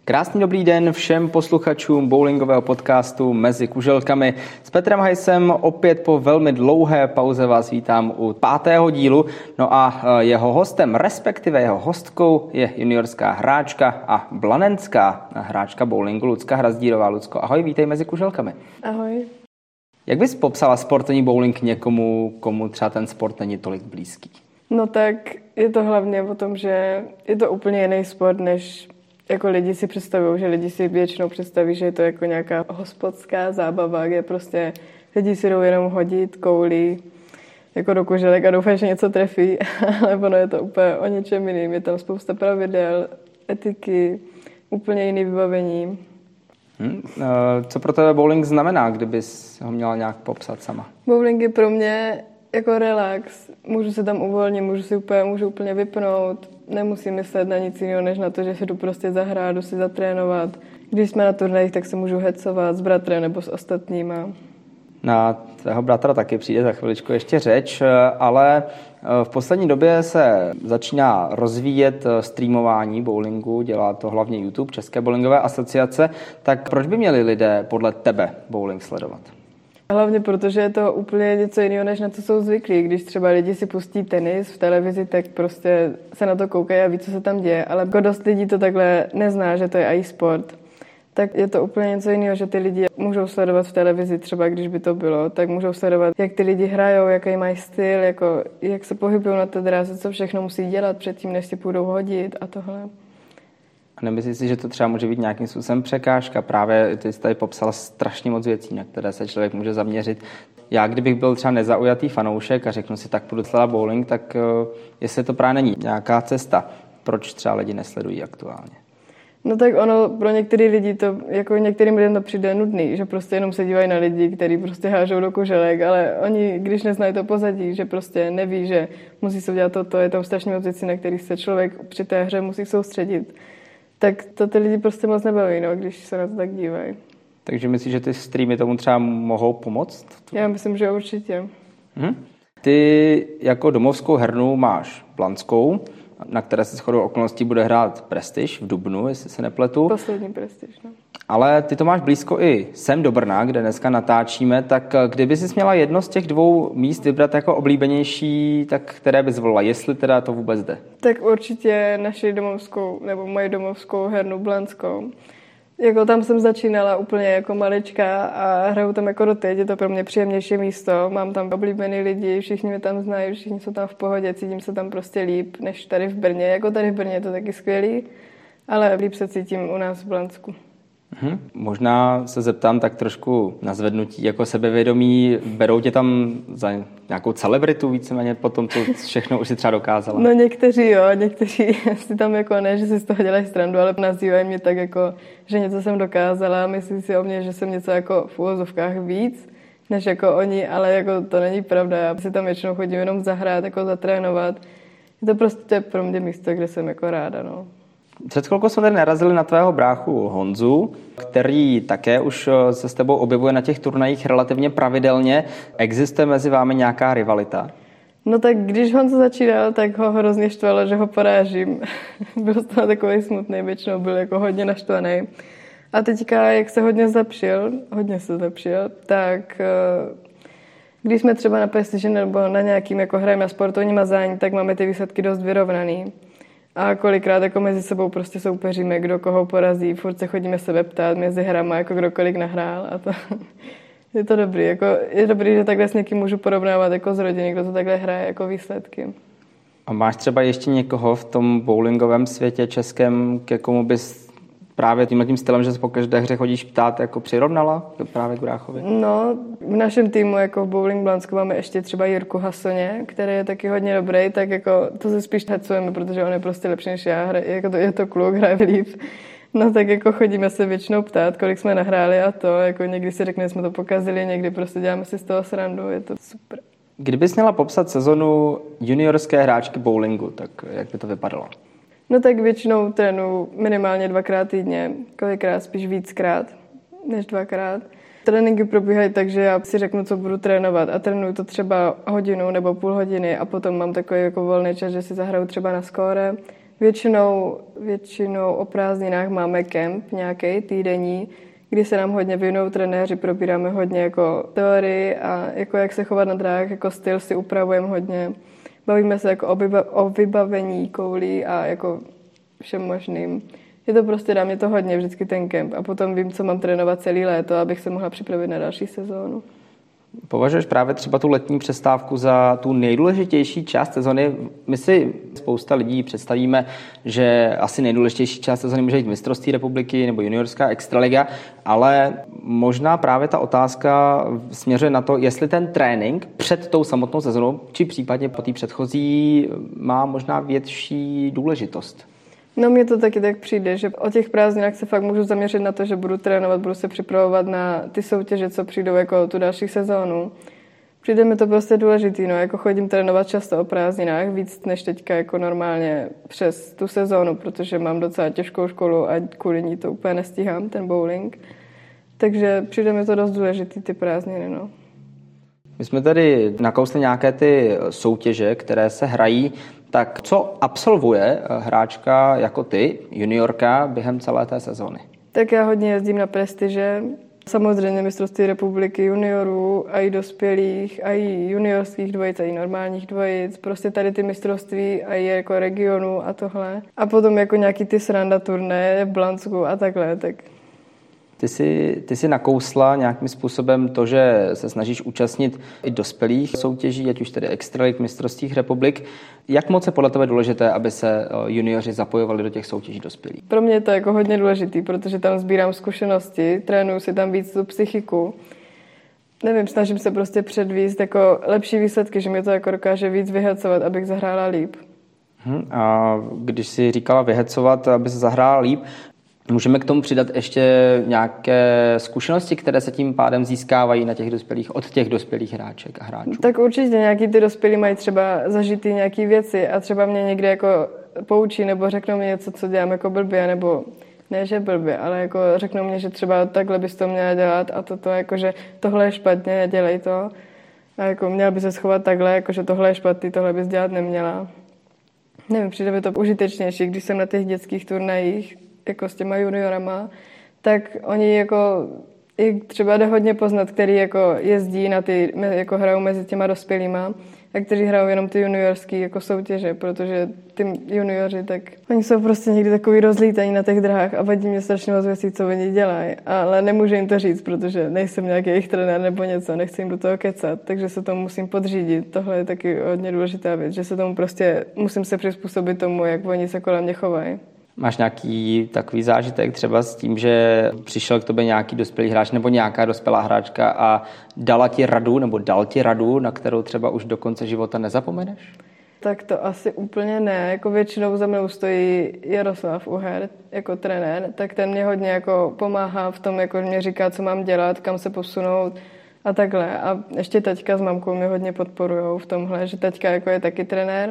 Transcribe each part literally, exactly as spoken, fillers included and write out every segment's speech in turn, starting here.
Krásný dobrý den všem posluchačům bowlingového podcastu Mezi kuželkami. S Petrem Hajsem opět po velmi dlouhé pauze vás vítám u pátého dílu. No a jeho hostem, respektive jeho hostkou, je juniorská hráčka a blanenská hráčka bowlingu Lucka Hrazdírová. Lucko, ahoj, vítej Mezi kuželkami. Ahoj. Jak bys popsala sportovní bowling někomu, komu třeba ten sport není tolik blízký? No tak je to hlavně o tom, že je to úplně jiný sport, než jako lidi si představují, že lidi si většinou představí, že je to jako nějaká hospodská zábava, kde prostě lidi si jdou jenom hodit kouli jako do kuželek a doufají, že něco trefí, ale ono je to úplně o něčem jiným. Je tam spousta pravidel, etiky, úplně jiný vybavení. Hmm. Co pro tebe bowling znamená, kdybys ho měla nějak popsat sama? Bowling je pro mě jako relax. Můžu se tam uvolnit, můžu si úplně, můžu úplně vypnout. Nemusím myslet na nic jiného, než na to, že si jdu prostě zahrát, jdu si zatrénovat. Když jsme na turnajích, tak se můžu hecovat s bratrem nebo s ostatníma. Na tvého bratra taky přijde za chviličku ještě řeč, ale v poslední době se začíná rozvíjet streamování bowlingu, dělá to hlavně YouTube, České bowlingové asociace. Tak proč by měli lidé podle tebe bowling sledovat? Hlavně protože je to úplně něco jiného, než na co jsou zvyklí. Když třeba lidi si pustí tenis v televizi, tak prostě se na to koukají a ví, co se tam děje. Ale jako dost lidí to takhle nezná, že to je e-sport. Tak je to úplně něco jiného, že ty lidi můžou sledovat v televizi, třeba když by to bylo, tak můžou sledovat, jak ty lidi hrajou, jaký mají styl, jako, jak se pohybují na té dráze, co všechno musí dělat předtím, než si půjdou hodit a tohle. A nemyslíš si, že to třeba může být nějakým způsobem překážka? Právě ty jsi tady popsala strašně moc věcí, na které se člověk může zaměřit. Já, kdybych byl třeba nezaujatý fanoušek a řeknu si, tak půjdu sledovat bowling, tak uh, jestli to právě není nějaká cesta, proč třeba lidi nesledují aktuálně? No tak ono pro některý lidi to, jako některým lidem to přijde nudný, že prostě jenom se dívají na lidi, kteří prostě hážou do kuželek, ale oni, když neznají to pozadí, že prostě neví, že musí se udělat toto, je tam strašně moc věcí, na kterých se člověk při té hře musí soustředit, tak to ty lidi prostě moc nebaví, no, když se na to tak dívají. Takže myslíš, že ty streamy tomu třeba mohou pomoct? Já myslím, že určitě. Hm? Ty jako domovskou hernu máš blanskou, na které se shodou okolností bude hrát Prestiž v dubnu, jestli se nepletu. Poslední Prestiž, no. Ale ty to máš blízko i sem do Brna, kde dneska natáčíme, tak kdyby jsi měla jedno z těch dvou míst vybrat jako oblíbenější, tak které bys zvolila, jestli teda to vůbec jde? Tak určitě naši domovskou, nebo moji domovskou hernu blanskou. Jako tam jsem začínala úplně jako malička a hraju tam jako doteď, je to pro mě příjemnější místo, mám tam oblíbený lidi, všichni mě tam znají, všichni jsou tam v pohodě, cítím se tam prostě líp, než tady v Brně, jako tady v Brně je to taky skvělý, ale líp se cítím u nás v Blansku. Hmm. Možná se zeptám tak trošku na zvednutí jako sebevědomí. Berou tě tam za nějakou celebritu víceméně po tom, co všechno už si třeba dokázala? No někteří jo, někteří si tam jako ne, že si z toho dělají srandu, ale nazývají mě tak jako, že něco jsem dokázala. Myslí si o mě, že jsem něco jako v úvozovkách víc, než jako oni, ale jako to není pravda. Já si tam většinou chodím jenom zahrát, jako zatrénovat. Je to prostě pro mě místo, kde jsem jako ráda, no. Před chvilkou jsme tady narazili na tvého bráchu Honzu, který také už se s tebou objevuje na těch turnajích relativně pravidelně. Existuje mezi vámi nějaká rivalita? No tak když Honza začínal, tak ho hrozně štvalo, že ho porážím. Byl z toho takový smutný, většinou byl jako hodně naštvaný. A teďka, jak se hodně zlepšil, hodně se zlepšil, tak když jsme třeba na Prestiži nebo na nějakým jako hrajeme na sportovní mazání, tak máme ty výsledky dost vyrovnaný. A kolikrát jako mezi sebou prostě soupeříme, kdo koho porazí, furt se chodíme sebe ptát mezi hrama, jako kdo kolik nahrál a to je to dobrý. Jako, je dobrý, že takhle s někým můžu porovnávat jako z rodiny, kdo to takhle hraje jako výsledky. A máš třeba ještě někoho v tom bowlingovém světě českém, ke komu bys právě tímhletím stylem, že se po každé hře chodíš ptát, jako přirovnala právě k bráchovi? No, v našem týmu jako v Bowling Blansku máme ještě třeba Jirku Hasoně, který je taky hodně dobrý, tak jako to se spíš hecujeme, protože on je prostě lepší než já, hra, jako to, je to kluk, hraje líp. No tak jako chodíme se většinou ptát, kolik jsme nahráli a to, jako někdy si řekne, že jsme to pokazili, někdy prostě děláme si z toho srandu, je to super. Kdybys měla popsat sezonu juniorské hráčky bowlingu, tak jak by to vypadalo? No tak většinou trénu minimálně dvakrát týdně, kolikrát spíš víckrát než dvakrát. Tréninky probíhají tak, že já si řeknu, co budu trénovat a trénuju to třeba hodinu nebo půl hodiny a potom mám takový jako volný čas, že si zahraju třeba na skóre, Většinou, většinou o prázdninách máme kemp nějaký týdenní, kdy se nám hodně věnují trenéři, probíráme hodně jako teorii a jako jak se chovat na dráhách, jako styl si upravujeme hodně. Bavíme se jako o, vyba- o vybavení koulí a jako všem možným. Je to prostě, dá mě to hodně vždycky ten kemp a potom vím, co mám trénovat celý léto, abych se mohla připravit na další sezónu. Považuješ právě třeba tu letní přestávku za tu nejdůležitější část sezony? My si spousta lidí představíme, že asi nejdůležitější část sezony může být mistrovství republiky nebo juniorská extraliga, ale možná právě ta otázka směřuje na to, jestli ten trénink před tou samotnou sezónou, či případně po té předchozí, má možná větší důležitost. No mně to taky tak přijde, že o těch prázdninách se fakt můžu zaměřit na to, že budu trénovat, budu se připravovat na ty soutěže, co přijdou jako tu další sezónu. Přijde mi to prostě důležitý, no, jako chodím trénovat často o prázdninách, víc než teďka jako normálně přes tu sezónu, protože mám docela těžkou školu a kvůli ní to úplně nestíhám, ten bowling. Takže přijde mi to dost důležitý, ty prázdniny, no. My jsme tady nakousli nějaké ty soutěže, které se hrají. Tak co absolvuje hráčka jako ty, juniorka, během celé té sezóny? Tak já hodně jezdím na prestiže. Samozřejmě mistrovství republiky juniorů, a i dospělých, a i juniorských dvojic, a i normálních dvojic. Prostě tady ty mistrovství a i jako regionu a tohle. A potom jako nějaký ty sranda turné v Blansku a takhle, tak... Ty jsi, ty jsi nakousla nějakým způsobem to, že se snažíš účastnit i dospělých soutěží, ať už tedy extralik, mistrovství republik. Jak moc je podle tebe důležité, aby se junioři zapojovali do těch soutěží dospělých? Pro mě je to jako hodně důležitý, protože tam sbírám zkušenosti, trénuju si tam víc tu psychiku. Nevím, snažím se prostě předvíst jako lepší výsledky, že mě to jako dokáže víc vyhecovat, abych zahrála líp. Hmm, a když jsi říkala vyhecovat, aby se zahrála líp, můžeme k tomu přidat ještě nějaké zkušenosti, které se tím pádem získávají na těch dospělých, od těch dospělých hráček a hráčů? Tak určitě nějaký ty dospělí mají třeba zažitý nějaký věci a třeba mě někde jako poučí nebo řeknou mi něco, co dělám jako blbě, nebo ne, že blbě, ale jako řeknou mě, že třeba takhle bys to měla dělat a toto, jako že tohle je špatně, nedělej to. A jako měla by se schovat takhle, jako že tohle je špatný, tohle bys dělat neměla. Nevím, přijde mi to užitečnější, když jsem na těch dětských turnajích jako s těma juniorama, tak oni jako i třeba jde hodně poznat, který jako jezdí na ty, jako hrajou mezi těma dospělýma a kteří hrajou jenom ty juniorský jako soutěže, protože ty junioři, tak oni jsou prostě někdy takový rozlítaní na těch drahách a vadí mě strašně moc věcí, co oni dělají, ale nemůžu jim to říct, protože nejsem nějaký jejich trenér nebo něco, nechci jim do toho kecat, takže se tomu musím podřídit. Tohle je taky hodně důležitá věc, že se tomu prostě musím se přizpůsobit tomu, jak oni se kolem mě chovají. Máš nějaký takový zážitek třeba s tím, že přišel k tobě nějaký dospělý hráč nebo nějaká dospělá hráčka a dala ti radu nebo dal ti radu, na kterou třeba už do konce života nezapomeneš? Tak to asi úplně ne. Jako většinou za mnou stojí Jaroslav Uher jako trenér, tak ten mě hodně jako pomáhá v tom, jako mě říká, co mám dělat, kam se posunout a takhle. A ještě teďka s mamkou mě hodně podporujou v tomhle, že teďka jako je taky trenér.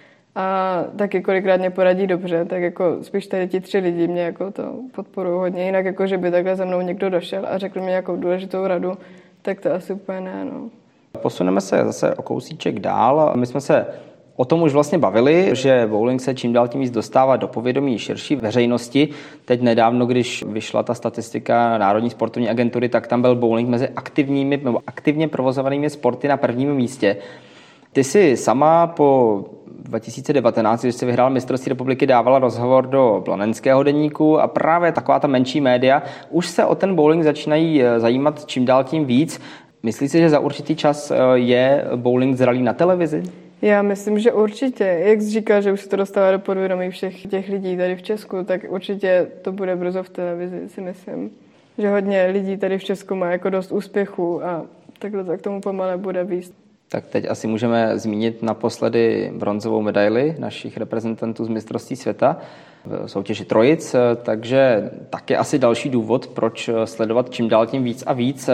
A taky kolikrát mě poradí dobře, tak jako spíš tady ti tři lidi mě jako to podporují hodně. Jinak jako, že by takhle za mnou někdo došel a řekl mi nějakou důležitou radu, tak to asi úplně ne, no. Posuneme se zase o kousíček dál. My jsme se o tom už vlastně bavili, že bowling se čím dál tím víc dostává do povědomí širší veřejnosti. Teď nedávno, když vyšla ta statistika Národní sportovní agentury, tak tam byl bowling mezi aktivními nebo aktivně provozovanými sporty na prvním místě. Ty jsi sama po dva tisíce devatenáct, když jsi vyhrál mistrovství republiky, dávala rozhovor do Planenského deníku a právě taková ta menší média už se o ten bowling začínají zajímat čím dál tím víc. Myslíš si, že za určitý čas je bowling zralý na televizi? Já myslím, že určitě. Jak jsi říkal, že už se to dostává do podvědomí všech těch lidí tady v Česku, tak určitě to bude brzo v televizi, si myslím. Že hodně lidí tady v Česku má jako dost úspěchů a takhle to k tomu pomale bude víc. Tak teď asi můžeme zmínit naposledy bronzovou medaili našich reprezentantů z mistrovství světa v soutěži trojic, takže taky asi další důvod, proč sledovat čím dál tím víc a víc.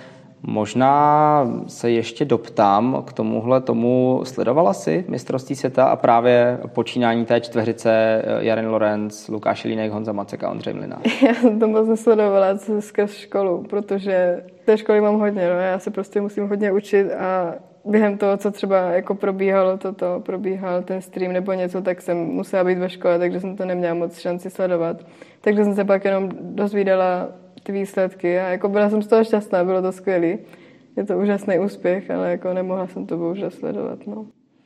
Možná se ještě doptám k tomuhle tomu, sledovala jsi mistrovství světa a právě počínání té čtveřice Jaren Lorenz, Lukáš Jelínek, Honza Macek a Ondřej Mlynář? Já jsem to moc nesledovala skrz školu, protože té školy mám hodně, no. Já se prostě musím hodně učit a během toho, co třeba jako probíhalo toto, probíhal ten stream nebo něco, tak jsem musela být ve škole, takže jsem to neměla moc šanci sledovat. Takže jsem se pak jenom dozvídala ty výsledky a jako byla jsem z toho šťastná, bylo to skvělý. Je to úžasný úspěch, ale jako nemohla jsem to bohužel sledovat. No.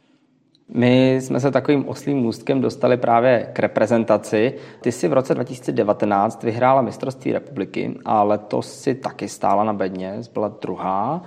My jsme se takovým oslým můstkem dostali právě k reprezentaci. Ty jsi v roce dva tisíce devatenáct vyhrála mistrovství republiky a letos si taky stála na bedně, byla druhá.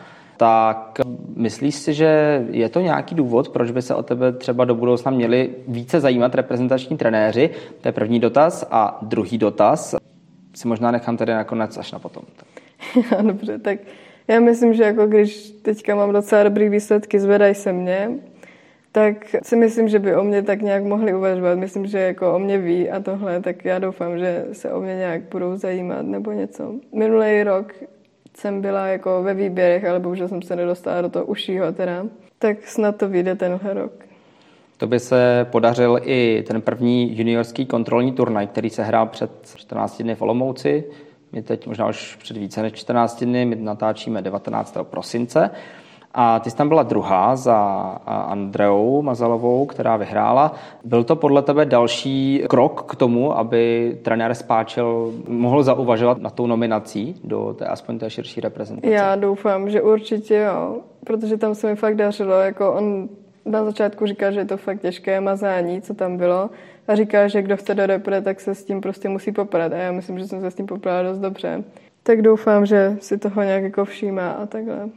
Tak myslíš si, že je to nějaký důvod, proč by se o tebe třeba do budoucna měli více zajímat reprezentační trenéři? To je první dotaz. A druhý dotaz si možná nechám tedy nakonec až na potom. Dobře, tak já myslím, že jako když teďka mám docela dobrý výsledky, zvedají se mě, tak si myslím, že by o mě tak nějak mohli uvažovat. Myslím, že jako o mě ví a tohle, tak já doufám, že se o mě nějak budou zajímat nebo něco. Minulý rok jsem byla jako ve výběrech, ale bohužel jsem se nedostala do toho užšího teda. Tak snad to vyjde tenhle rok. To by se podařil i ten první juniorský kontrolní turnaj, který se hrál před čtrnácti dny v Olomouci. My teď možná už před více než čtrnácti dny, my natáčíme devatenáctého prosince. A ty jsi tam byla druhá za Andreou Mazalovou, která vyhrála. Byl to podle tebe další krok k tomu, aby trenér Spáčel mohl zauvažovat na tou nominací do té aspoň té širší reprezentace? Já doufám, že určitě jo, protože tam se mi fakt dařilo. Jako on na začátku říkal, že je to fakt těžké mazání, co tam bylo. A říkal, že kdo chce do repre, tak se s tím prostě musí poprat. A já myslím, že jsem se s tím poprala dost dobře. Tak doufám, že si toho nějak jako všímá a takhle.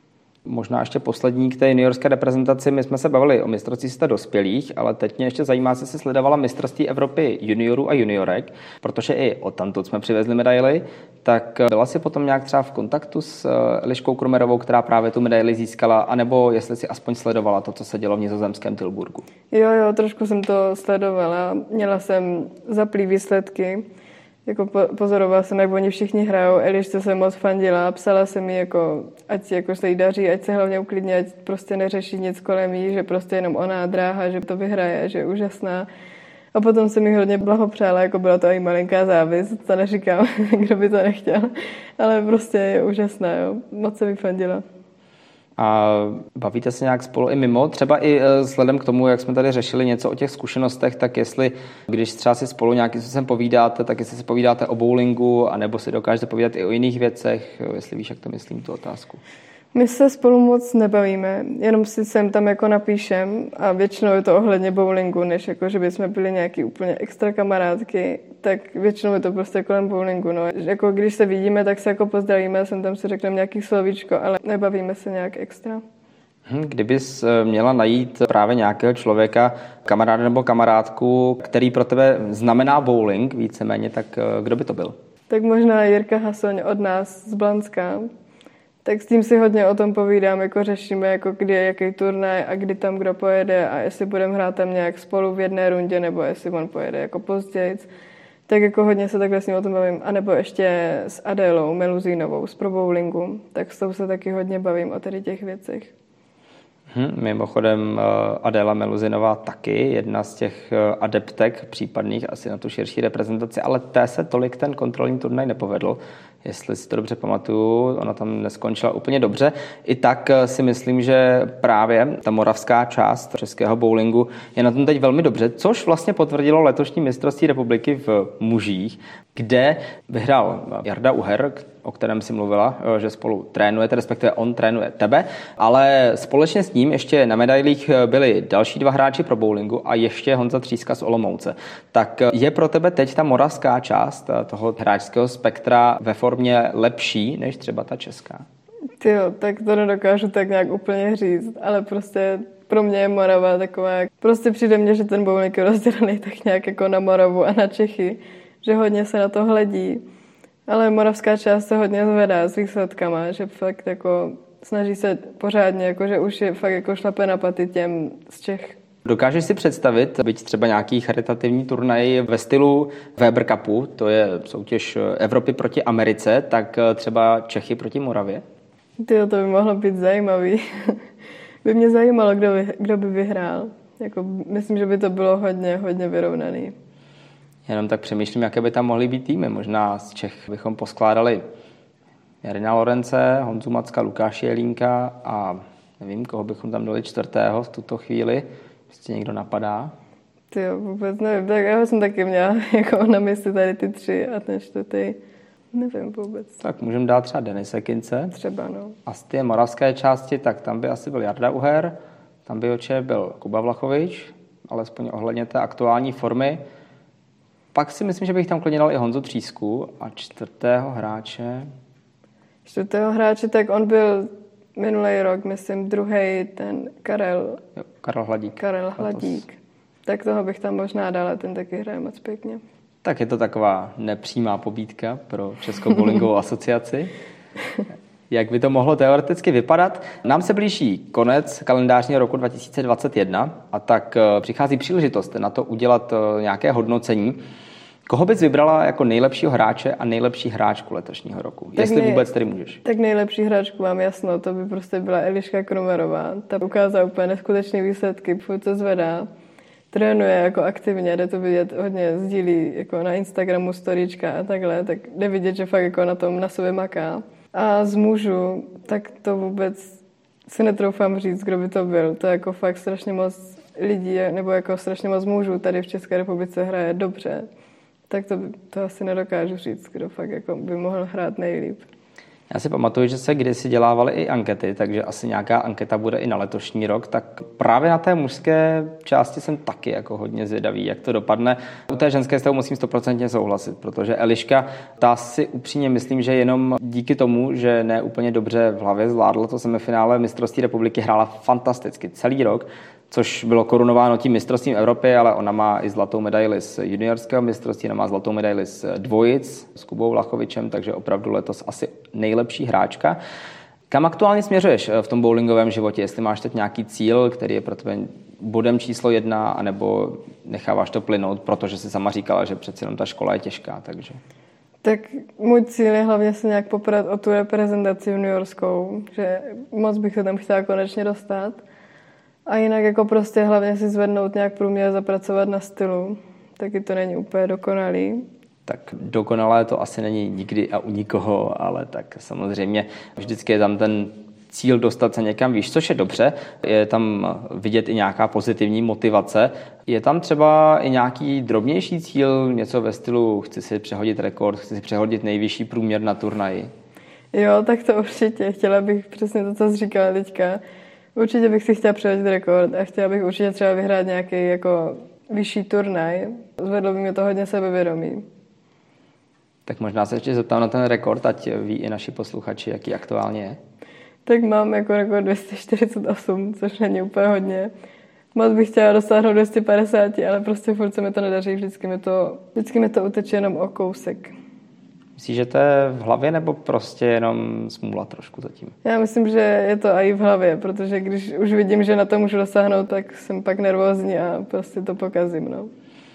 Možná ještě poslední k té juniorské reprezentaci. My jsme se bavili o mistrovství světa dospělých, ale teď mě ještě zajímá, jestli se sledovala mistrovství Evropy juniorů a juniorek, protože i odtamtud jsme přivezli medaily. Tak byla jsi potom nějak třeba v kontaktu s Eliškou Krumerovou, která právě tu medaili získala, anebo jestli si aspoň sledovala to, co se dělo v nizozemském Tilburgu? Jo, jo, trošku jsem to sledovala. Měla jsem zaplý výsledky. Jako pozorovala jsem, jak oni všichni hrajou, Elišce jsem moc fandila, psala jsem jí, jako, ať jako se jí daří, ať se hlavně uklidně, ať prostě neřeší nic kolem jí, že prostě jenom ona dráha, že to vyhraje, že je úžasná. A potom jsem jí hodně blahopřála, jako byla to i malinká závist, to neříkám, kdo by to nechtěl, ale prostě je úžasná, jo. Moc se mi fandila. A bavíte se nějak spolu i mimo? Třeba i vzhledem k tomu, jak jsme tady řešili něco o těch zkušenostech, tak jestli, když třeba si spolu nějakým způsobem povídáte, tak jestli si povídáte o bowlingu, anebo si dokážete povídat i o jiných věcech, jestli víš, jak to myslím, tu otázku. My se spolu moc nebavíme, jenom si sem tam jako napíšem a většinou je to ohledně bowlingu, než jako, že bychom byli nějaký úplně extra kamarádky, tak většinou je to prostě kolem bowlingu. No. Jako když se vidíme, tak se jako pozdravíme, sem tam si řekneme nějaký slovíčko, ale nebavíme se nějak extra. Kdybys měla najít právě nějakého člověka, kamaráda nebo kamarádku, který pro tebe znamená bowling víceméně, tak kdo by to byl? Tak možná Jirka Hasoň od nás z Blanska. Tak s tím si hodně o tom povídám, jako řešíme, jako kdy je jaký turnaj a kdy tam kdo pojede a jestli budeme hrát tam nějak spolu v jedné rundě, nebo jestli on pojede jako později. Tak jako hodně se takhle s ním o tom bavím. A nebo ještě s Adélou Meluzínovou z Pro Bowlingu. Tak s tou se taky hodně bavím o tady těch věcech. Hmm, mimochodem Adéla Meluzinová taky, jedna z těch adeptek případných asi na tu širší reprezentaci, ale té se tolik ten kontrolní turnaj nepovedl. Jestli si to dobře pamatuju, ona tam neskončila úplně dobře. I tak si myslím, že právě ta moravská část českého bowlingu je na tom teď velmi dobře, což vlastně potvrdilo letošní mistrovství republiky v mužích, kde vyhrál Jarda Uher, o kterém si mluvila, že spolu trénujete, respektive on trénuje tebe, ale společně s ním ještě na medailích byli další dva hráči pro bowlingu a ještě Honza Tříska z Olomouce. Tak je pro tebe teď ta moravská část toho hráčského spektra ve formě lepší než třeba ta česká? Tyjo, tak to nedokážu tak nějak úplně říct, ale prostě pro mě je Morava taková, prostě přijde mně, že ten bowling je rozdělený tak nějak jako na Moravu a na Čechy, že hodně se na to hledí. Ale moravská část se hodně zvedá s výsledkama, že fakt jako snaží se pořádně, jako že už je fakt jako šlape na paty těm z Čech. Dokážeš si představit, byť třeba nějaký charitativní turnaj ve stylu Weber Cupu, to je soutěž Evropy proti Americe, tak třeba Čechy proti Moravě? Tyjo, to by mohlo být zajímavý. By mě zajímalo, kdo by, kdo by vyhrál. Jako, myslím, že by to bylo hodně, hodně vyrovnaný. Jenom tak přemýšlím, jaké by tam mohly být týmy. Možná z Čech bychom poskládali Jarina Lorence, Honzu Macka, Lukáše Jelínka a nevím, koho bychom tam dali čtvrtého v tuto chvíli. Prostě někdo napadá? Ty jo, vůbec nevím. Tak já jsem taky měla jako na mysli tady ty tři a ten čtvrtý. Nevím vůbec. Tak můžeme dát třeba Denise Kince. Třeba, no. A z té moravské části, tak tam by asi byl Jarda Uher, tam by oče byl Kuba Vlachovič, alespoň ohledně té aktuální formy. Pak si myslím, že bych tam klidně dal i Honzu Třísku a čtvrtého hráče. Čtvrtého hráče, tak on byl minulý rok, myslím, druhý ten Karel. Jo, Karel Hladík. Karel Hladík. Letos. Tak toho bych tam možná dala, ten taky hraje moc pěkně. Tak je to taková nepřímá pobídka pro Českou bowlingovou asociaci. Jak by to mohlo teoreticky vypadat? Nám se blíží konec kalendářního roku dva tisíce dvacet jedna a tak přichází příležitost na to udělat nějaké hodnocení. Koho bys vybrala jako nejlepšího hráče a nejlepší hráčku letošního roku? Tak Jestli nej, vůbec tedy můžeš. Tak nejlepší hráčku mám jasno, to by prostě byla Eliška Kromerová. Ta ukázala úplně neskutečné výsledky, furt se zvedá, trénuje jako aktivně, jde to vidět, hodně sdílí jako na Instagramu storíčka a takhle, tak jde vidět, že fakt jako na tom na sobě maká. A z mužů, tak to vůbec si netroufám říct, kdo by to byl. To je jako fakt strašně moc lidí, nebo jako strašně moc mužů tady v České republice hraje dobře. Tak to, to asi nedokážu říct, kdo fakt jako by mohl hrát nejlíp. Já si pamatuju, že se kdysi dělávaly i ankety, takže asi nějaká anketa bude i na letošní rok, tak právě na té mužské části jsem taky jako hodně zvědavý, jak to dopadne. U té ženské s tou musím stoprocentně souhlasit, protože Eliška, ta si upřímně myslím, že jenom díky tomu, že ne úplně dobře v hlavě zvládla to semifinále mistrovství republiky, hrála fantasticky celý rok, což bylo korunováno tím mistrovstvím Evropy, ale ona má i zlatou medaili z juniorského mistrovství, ona má zlatou medaili z dvojic s Kubou Vlachovičem, takže opravdu letos asi nejlepší hráčka. Kam aktuálně směřuješ v tom bowlingovém životě? Jestli máš teď nějaký cíl, který je pro tebe bodem číslo jedna, anebo necháváš to plynout, protože jsi sama říkala, že přeci jenom ta škola je těžká, takže... Tak můj cíl je hlavně se nějak poprat o tu reprezentaci juniorskou, že moc bych se tam chtěla konečně dostat. A jinak jako prostě hlavně si zvednout nějak průměr, zapracovat na stylu. Taky to není úplně dokonalý. Tak dokonalé to asi není nikdy a u nikoho, ale tak samozřejmě vždycky je tam ten cíl dostat se někam výš, což je dobře. Je tam vidět i nějaká pozitivní motivace. Je tam třeba i nějaký drobnější cíl, něco ve stylu chci si přehodit rekord, chci si přehodit nejvyšší průměr na turnaji? Jo, tak to určitě. Chtěla bych přesně to, co jsi říkala teďka. Určitě bych si chtěla přehodit rekord a chtěla bych určitě třeba vyhrát nějaký jako vyšší turnaj. Zvedlo by mě to hodně sebevědomí. Tak možná se ještě zeptám na ten rekord, ať ví i naši posluchači, jaký aktuálně je. Tak mám jako rekord dvě stě čtyřicet osm, což není úplně hodně. Moc bych chtěla dosáhnout dvě stě padesát, ale prostě furt se mi to nedaří, vždycky mi to, vždycky mi to uteče jenom o kousek. Myslíš, že to je v hlavě, nebo prostě jenom smůla trošku zatím? Já myslím, že je to i v hlavě, protože když už vidím, že na to můžu dosáhnout, tak jsem pak nervózní a prostě to pokazím. No.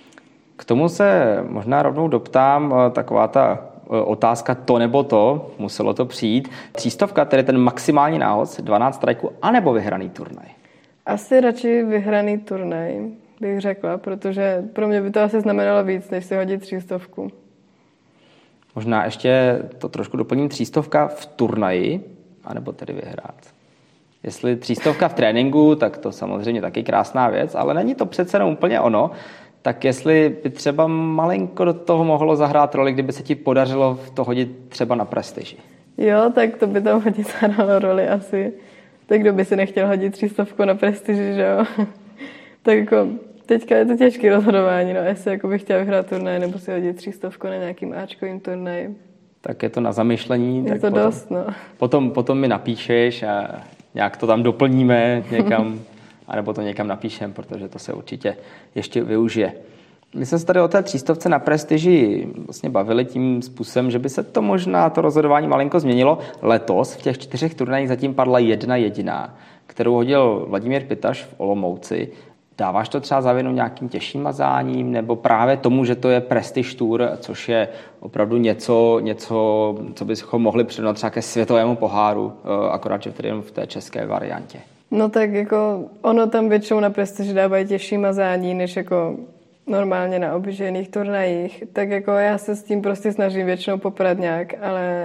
K tomu se možná rovnou doptám, taková ta otázka to nebo to, muselo to přijít. Třístovka, tedy ten maximální nához, dvanáct strajků, anebo vyhraný turnaj? Asi radši vyhraný turnaj, bych řekla, protože pro mě by to asi znamenalo víc, než si hodit třístovku. Možná ještě to trošku doplním, třístovka v turnaji, anebo tedy vyhrát. Jestli třístovka v tréninku, tak to samozřejmě taky krásná věc, ale není to přece jenom úplně ono. Tak jestli by třeba malinko do toho mohlo zahrát roli, kdyby se ti podařilo to hodit třeba na prestiži. Jo, tak to by tam hodně zahrálo roli asi. Tak kdo by si nechtěl hodit třístovku na prestiži, že jo? Tak jako teďka je to těžké rozhodování, no jestli jako bych chtěla vyhrát turnaj nebo si hodit třístovku na nějakým áčkovým turnaji. Tak je to na zamyšlení. Je tak to potom, dost, no. Potom, potom mi napíšeš a nějak to tam doplníme někam, anebo to někam napíšem, protože to se určitě ještě využije. My jsme se tady o té třístovce na prestiži vlastně bavili tím způsobem, že by se to možná to rozhodování malinko změnilo. Letos v těch čtyřech turnajích zatím padla jedna jediná, kterou hodil Vladimír Pitaš v Olomouci. Dáváš to třeba za vinu nějakým těžším mazáním, nebo právě tomu, že to je Prestige Tour, což je opravdu něco, něco co bychom mohli předat třeba ke světovému poháru, akorát, že tedy jen v té české variantě? No tak jako ono tam většinou na Prestige dávají těžší mazání, než jako normálně na obyčejných turnajích. Tak jako já se s tím prostě snažím většinou poprat nějak, ale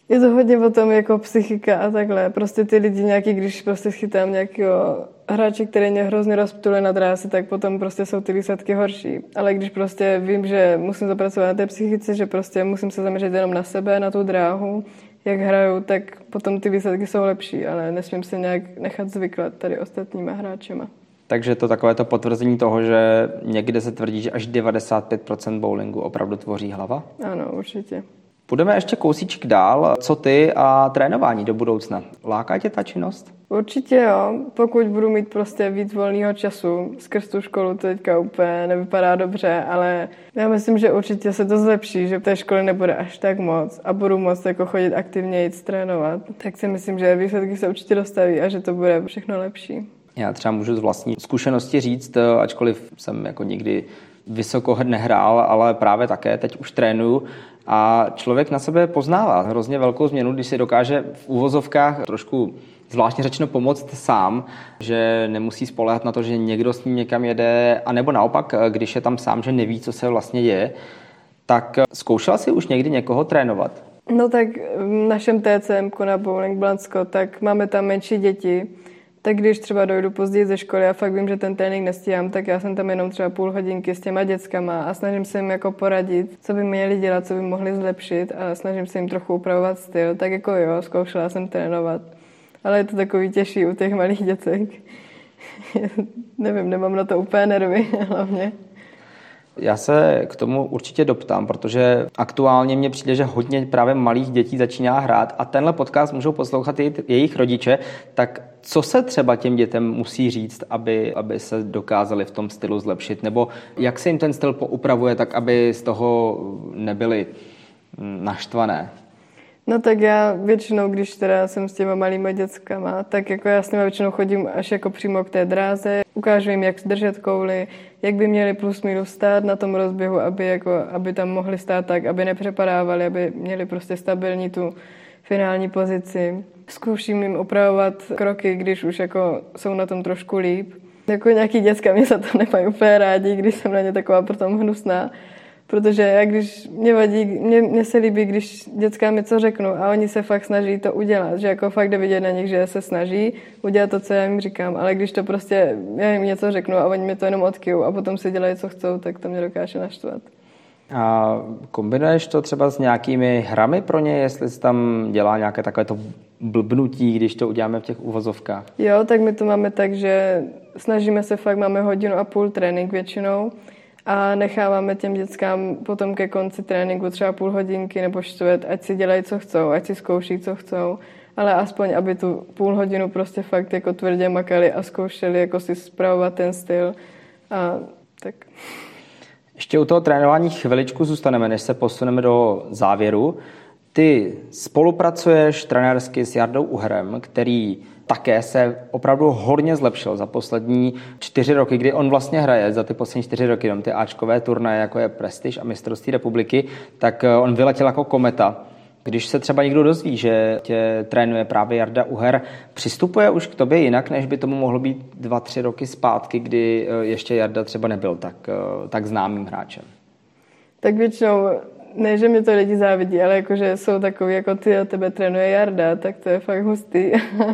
Je to hodně o tom jako psychika a takhle. Prostě ty lidi nějaký, když prostě schytám nějakého hráče, který mě hrozně rozptuje na dráze, tak potom prostě jsou ty výsledky horší. Ale když prostě vím, že musím zapracovat na té psychice, že prostě musím se zaměřit jenom na sebe, na tu dráhu, jak hraju, tak potom ty výsledky jsou lepší, ale nesmím se nějak nechat zvyklat tady ostatníma hráčema. Takže to takové to potvrzení toho, že někde se tvrdí, že až devadesát pět procent bowlingu opravdu tvoří hlava? Ano, určitě. Půjdeme ještě kousíček dál. Co ty a trénování do budoucna? Láká tě ta činnost? Určitě jo, pokud budu mít prostě víc volného času. Skrz tu školu to teďka úplně nevypadá dobře, ale já myslím, že určitě se to zlepší, že v té škole nebude až tak moc a budu moct jako chodit aktivně jít trénovat. Tak si myslím, že výsledky se určitě dostaví a že to bude všechno lepší. Já třeba můžu z vlastní zkušenosti říct, ačkoliv jsem jako nikdy vysoko nehrál, ale právě také teď už trénuju a člověk na sebe poznává hrozně velkou změnu, když si dokáže v uvozovkách trošku zvláštně řečeno pomoct sám, že nemusí spoléhat na to, že někdo s ním někam jede, anebo naopak, když je tam sám, že neví, co se vlastně děje. Tak zkoušel jsi už někdy někoho trénovat? No tak v našem T C M ku na Bowling Blansko, tak máme tam menší děti. Tak když třeba dojdu později ze školy a fakt vím, že ten trénink nestíhám, tak já jsem tam jenom třeba půl hodinky s těma dětskama a snažím se jim jako poradit, co by měli dělat, co by mohli zlepšit a snažím se jim trochu upravovat styl. Tak jako jo, zkoušela jsem trénovat. Ale je to takový těžší u těch malých dětek. Nevím, nemám na to úplně nervy hlavně. Já se k tomu určitě doptám, protože aktuálně mně přijde, že hodně právě malých dětí začíná hrát a tenhle podcast můžou poslouchat i jejich rodiče, tak co se třeba těm dětem musí říct, aby, aby se dokázali v tom stylu zlepšit, nebo jak se jim ten styl poupravuje, tak aby z toho nebyli naštvané? No tak já většinou, když teda jsem s těma malýma dětskama, tak jako já s nimi většinou chodím až jako přímo k té dráze, ukážu jim, jak držet kouli, jak by měli plus minus stát na tom rozběhu, aby, jako, aby tam mohli stát tak, aby nepřepadávali, aby měli prostě stabilní tu finální pozici. Zkouším jim opravovat kroky, když už jako jsou na tom trošku líp. Jako nějaký děcka mě za to nemají úplně rádi, když jsem na ně taková potom hnusná. Protože já když mě vadí, mě, mě se líbí, když dětskám něco řeknu a oni se fakt snaží to udělat, že jako fakt jde vidět na nich, že se snaží udělat to, co já jim říkám, ale když to prostě, já jim něco řeknu a oni mi to jenom odkyjou a potom si dělají, co chcou, tak to mě dokáže naštvat. A kombinuješ to třeba s nějakými hrami pro ně, jestli se tam dělá nějaké takové to blbnutí, když to uděláme v těch uvozovkách? Jo, tak my to máme tak, že snažíme se fakt, máme hodinu a půl trénink většinou, a necháváme těm dětskám potom ke konci tréninku třeba půl hodinky nebo čtvrt, ať si dělají, co chcou, ať si zkouší, co chcou, ale aspoň, aby tu půl hodinu prostě fakt jako tvrdě makali a zkoušeli jako si spravovat ten styl. A tak. Ještě u toho trénování chviličku zůstaneme, než se posuneme do závěru. Ty spolupracuješ trenérsky s Jardou Uhrem, který také se opravdu hodně zlepšil za poslední čtyři roky, kdy on vlastně hraje za ty poslední čtyři roky jenom ty áčkové turnaje, jako je Prestiž a mistrovství republiky, tak on vyletěl jako kometa. Když se třeba někdo dozví, že tě trénuje právě Jarda Uher, přistupuje už k tobě jinak, než by tomu mohlo být dva, tři roky zpátky, kdy ještě Jarda třeba nebyl tak, tak známým hráčem? Tak většinou, ne, že mi to lidi závidí, ale jakože jsou takový, jako ty a tebe trénuje Jarda, tak to je fakt hustý.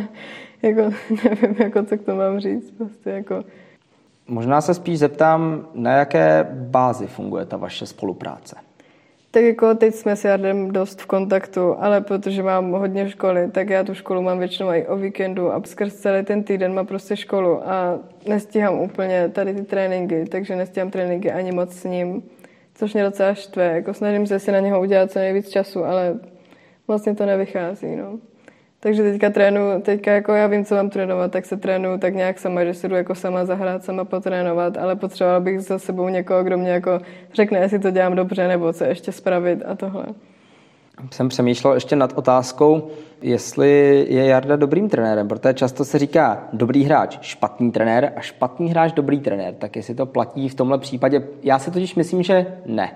Jako, nevím, jako, co k tomu mám říct. Prostě jako. Možná se spíš zeptám, na jaké bázi funguje ta vaše spolupráce? Tak jako teď jsme s Jardem dost v kontaktu, ale protože mám hodně školy, tak já tu školu mám většinou i o víkendu a skrz celý ten týden mám prostě školu a nestíhám úplně tady ty tréninky, takže nestíhám tréninky ani moc s ním, což mě docela štve. Jako snažím se si na něho udělat co nejvíc času, ale vlastně to nevychází, no. Takže teďka trénuju, teďka jako já vím, co mám trénovat, tak se trénuju tak nějak sama, že si jdu jako sama zahrát, sama potrénovat, ale potřebovala bych za sebou někoho, kdo mě jako řekne, jestli to dělám dobře, nebo co ještě spravit a tohle. Jsem přemýšlel ještě nad otázkou, jestli je Jarda dobrým trenérem, protože často se říká dobrý hráč, špatný trenér a špatný hráč, dobrý trenér. Tak jestli to platí v tomhle případě, já si totiž myslím, že ne.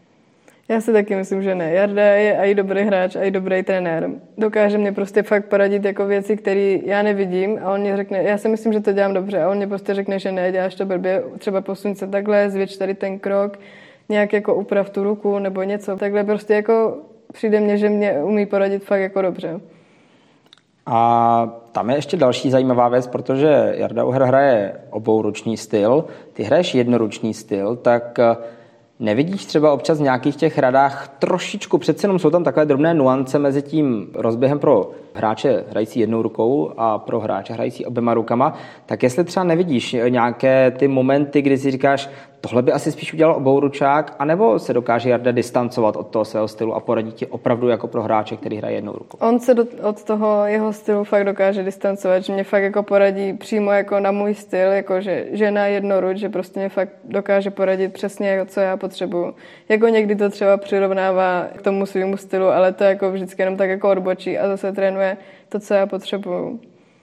Já si taky myslím, že ne. Jarda je i dobrý hráč, i dobrý trenér. Dokáže mě prostě fakt poradit jako věci, které já nevidím a on mě řekne, já si myslím, že to dělám dobře a on mě prostě řekne, že ne, děláš to blbě, třeba posuň se takhle, zvětš tady ten krok, nějak jako uprav tu ruku nebo něco. Takhle prostě jako přijde mně, že mě umí poradit fakt jako dobře. A tam je ještě další zajímavá věc, protože Jarda Uher hraje obouruční styl, ty hraješ jednoruční styl, tak nevidíš třeba občas v nějakých těch radách trošičku, přece jenom jsou tam takové drobné nuance mezi tím rozběhem pro hráče hrající jednou rukou a pro hráče hrající oběma rukama, tak jestli třeba nevidíš nějaké ty momenty, kdy si říkáš, tohle by asi spíš udělal obouručák, anebo se dokáže Jarda distancovat od toho svého stylu a poradit ti opravdu jako pro hráče, který hraje jednou rukou? On se do, od toho jeho stylu fakt dokáže distancovat, že mě fakt jako poradí přímo jako na můj styl, jako že, že na jednoruč, že prostě mě fakt dokáže poradit přesně, jako co já potřebuju. Jako někdy to třeba přirovnává k tomu svému stylu, ale to jako vždycky jenom tak jako odbočí a zase trénuje to, co já potřebuju.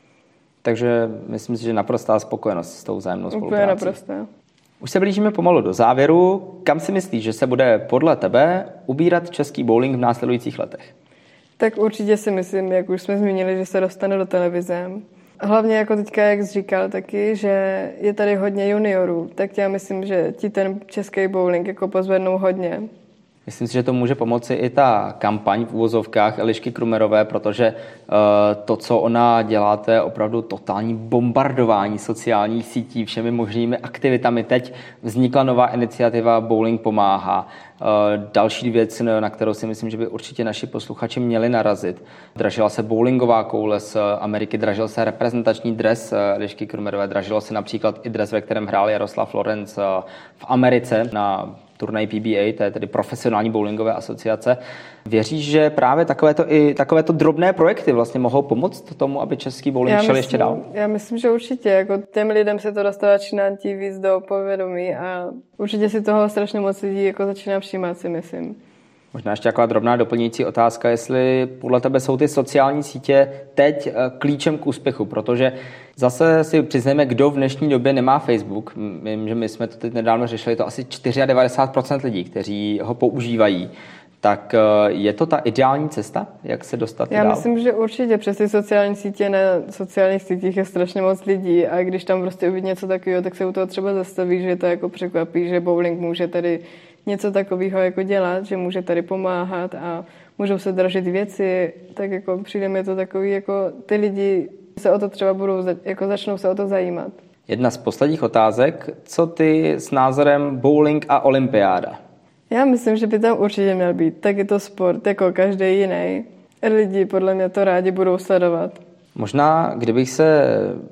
Takže myslím si, že naprostá spokojenost s tou vzájemnou spoluprácí. Úplně naprostá. Už se blížíme pomalu do závěru. Kam si myslíš, že se bude podle tebe ubírat český bowling v následujících letech? Tak určitě si myslím, jak už jsme zmínili, že se dostane do televize. Hlavně jako teďka, jak jsi říkal taky, že je tady hodně juniorů, tak já myslím, že ti ten český bowling jako pozvednou hodně. Myslím si, že to může pomoci i ta kampaň v uvozovkách Elišky Krumerové, protože uh, to, co ona dělá, to je opravdu totální bombardování sociálních sítí všemi možnými aktivitami. Teď vznikla nová iniciativa Bowling pomáhá. Uh, další věc, na kterou si myslím, že by určitě naši posluchači měli narazit. Dražila se bowlingová koule z Ameriky, dražil se reprezentační dres Elišky Krumerové, dražilo se například i dres, ve kterém hrál Jaroslav Lorenz v Americe na turnaj P B A, to je tedy profesionální bowlingové asociace. Věříš, že právě takovéto, i takovéto drobné projekty vlastně mohou pomoct tomu, aby český bowling já šel myslím, ještě dál? Já myslím, že určitě. Jako těm lidem se to dostává čím víc do povědomí a určitě si toho strašně moc lidí jako začíná všímat, si myslím. Možná ještě taková drobná doplňující otázka, jestli podle tebe jsou ty sociální sítě teď klíčem k úspěchu, protože zase si přiznejme, kdo v dnešní době nemá Facebook. Vím, že my jsme to teď nedávno řešili, to asi devadesát čtyři procent lidí, kteří ho používají. Tak je to ta ideální cesta, jak se dostat Já dál? myslím, že určitě přes ty sociální sítě, na sociálních sítích je strašně moc lidí a když tam prostě uvidí něco takového, tak se u toho třeba zastaví, že to jako překvapí, že bowling může tady něco takového jako dělat, že může tady pomáhat a můžou se dražit věci, tak jako přijde mi to takový, jako ty lidi se o to třeba budou, jako začnou se o to zajímat. Jedna z posledních otázek, co ty s názorem bowling a olympiáda? Já myslím, že by tam určitě měl být. Tak je to sport, jako každý jiný. Lidi podle mě to rádi budou sledovat. Možná, kdybych se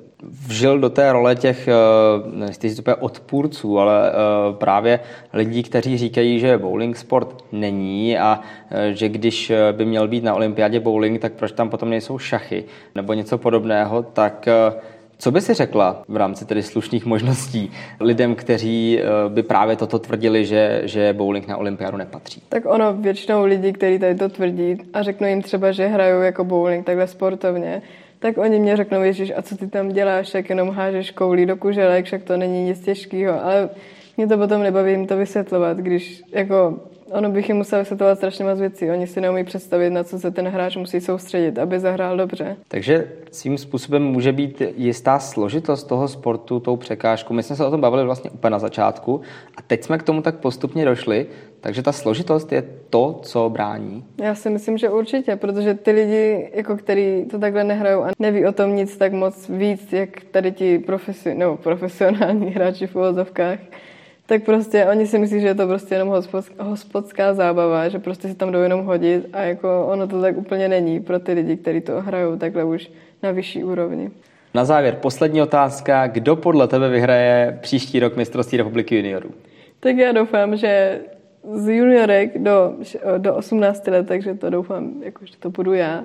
vžil do té role těch, nechci říct úplně odpůrců, ale právě lidí, kteří říkají, že bowling sport není a že když by měl být na olympiádě bowling, tak proč tam potom nejsou šachy nebo něco podobného, tak co by si řekla v rámci tedy slušných možností lidem, kteří by právě toto tvrdili, že, že bowling na olympiádu nepatří? Tak ono většinou lidí, kteří tady to tvrdí a řeknu jim třeba, že hrajou jako bowling takhle sportovně, tak oni mě řeknou, Ježiš, a co ty tam děláš, jak jenom hážeš koulí do kuželek, však to není nic těžkého, ale mě to potom nebaví jim to vysvětlovat, když jako ono bych jim musel vysvětlovat strašně moc věcí. Oni si neumí představit, na co se ten hráč musí soustředit, aby zahrál dobře. Takže svým způsobem může být jistá složitost toho sportu, tou překážkou. My jsme se o tom bavili vlastně úplně na začátku a teď jsme k tomu tak postupně došli, takže ta složitost je to, co brání. Já si myslím, že určitě, protože ty lidi, jako který to takhle nehrajou a neví o tom nic tak moc víc, jak tady ti profesi- no, profesionální hráči v uvozovkách, tak prostě oni si myslí, že je to prostě jenom hospodská zábava, že prostě si tam jdou jenom hodit a jako ono to tak úplně není pro ty lidi, kteří to hrajou takhle už na vyšší úrovni. Na závěr poslední otázka. Kdo podle tebe vyhraje příští rok mistrovství republiky juniorů? Tak já doufám, že z juniorek do, do osmnácti let, takže to doufám, jako, že to budu já.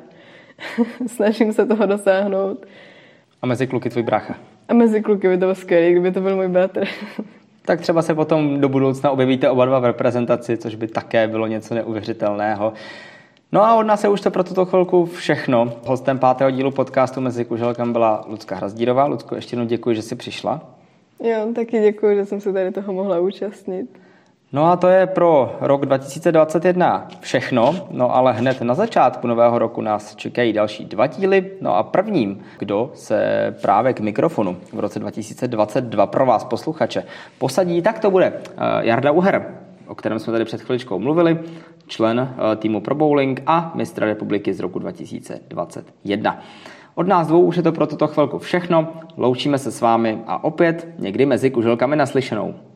Snažím se toho dosáhnout. A mezi kluky tvůj brácha? A mezi kluky by to bylo skvělé, kdyby to byl můj bratr. Tak třeba se potom do budoucna objevíte oba dva v reprezentaci, což by také bylo něco neuvěřitelného. No a od nás je už to pro tuto chvilku všechno. Hostem pátého dílu podcastu Mezi kuželkami byla Lucka Hrazdírová. Lucko, ještě jednou děkuji, že jsi přišla. Jo, taky děkuji, že jsem se tady toho mohla účastnit. No a to je pro rok dva tisíce dvacet jedna všechno, no ale hned na začátku nového roku nás čekají další dva díly, no a prvním, kdo se právě k mikrofonu v roce dva tisíce dvacet dva pro vás posluchače posadí, tak to bude Jarda Uher. o kterém jsme tady před chviličkou mluvili, člen týmu Pro Bowling a mistr republiky z roku dva tisíce dvacet jedna. Od nás dvou už je to pro tuto chvilku všechno, loučíme se s vámi a opět někdy mezi kuželkami naslyšenou.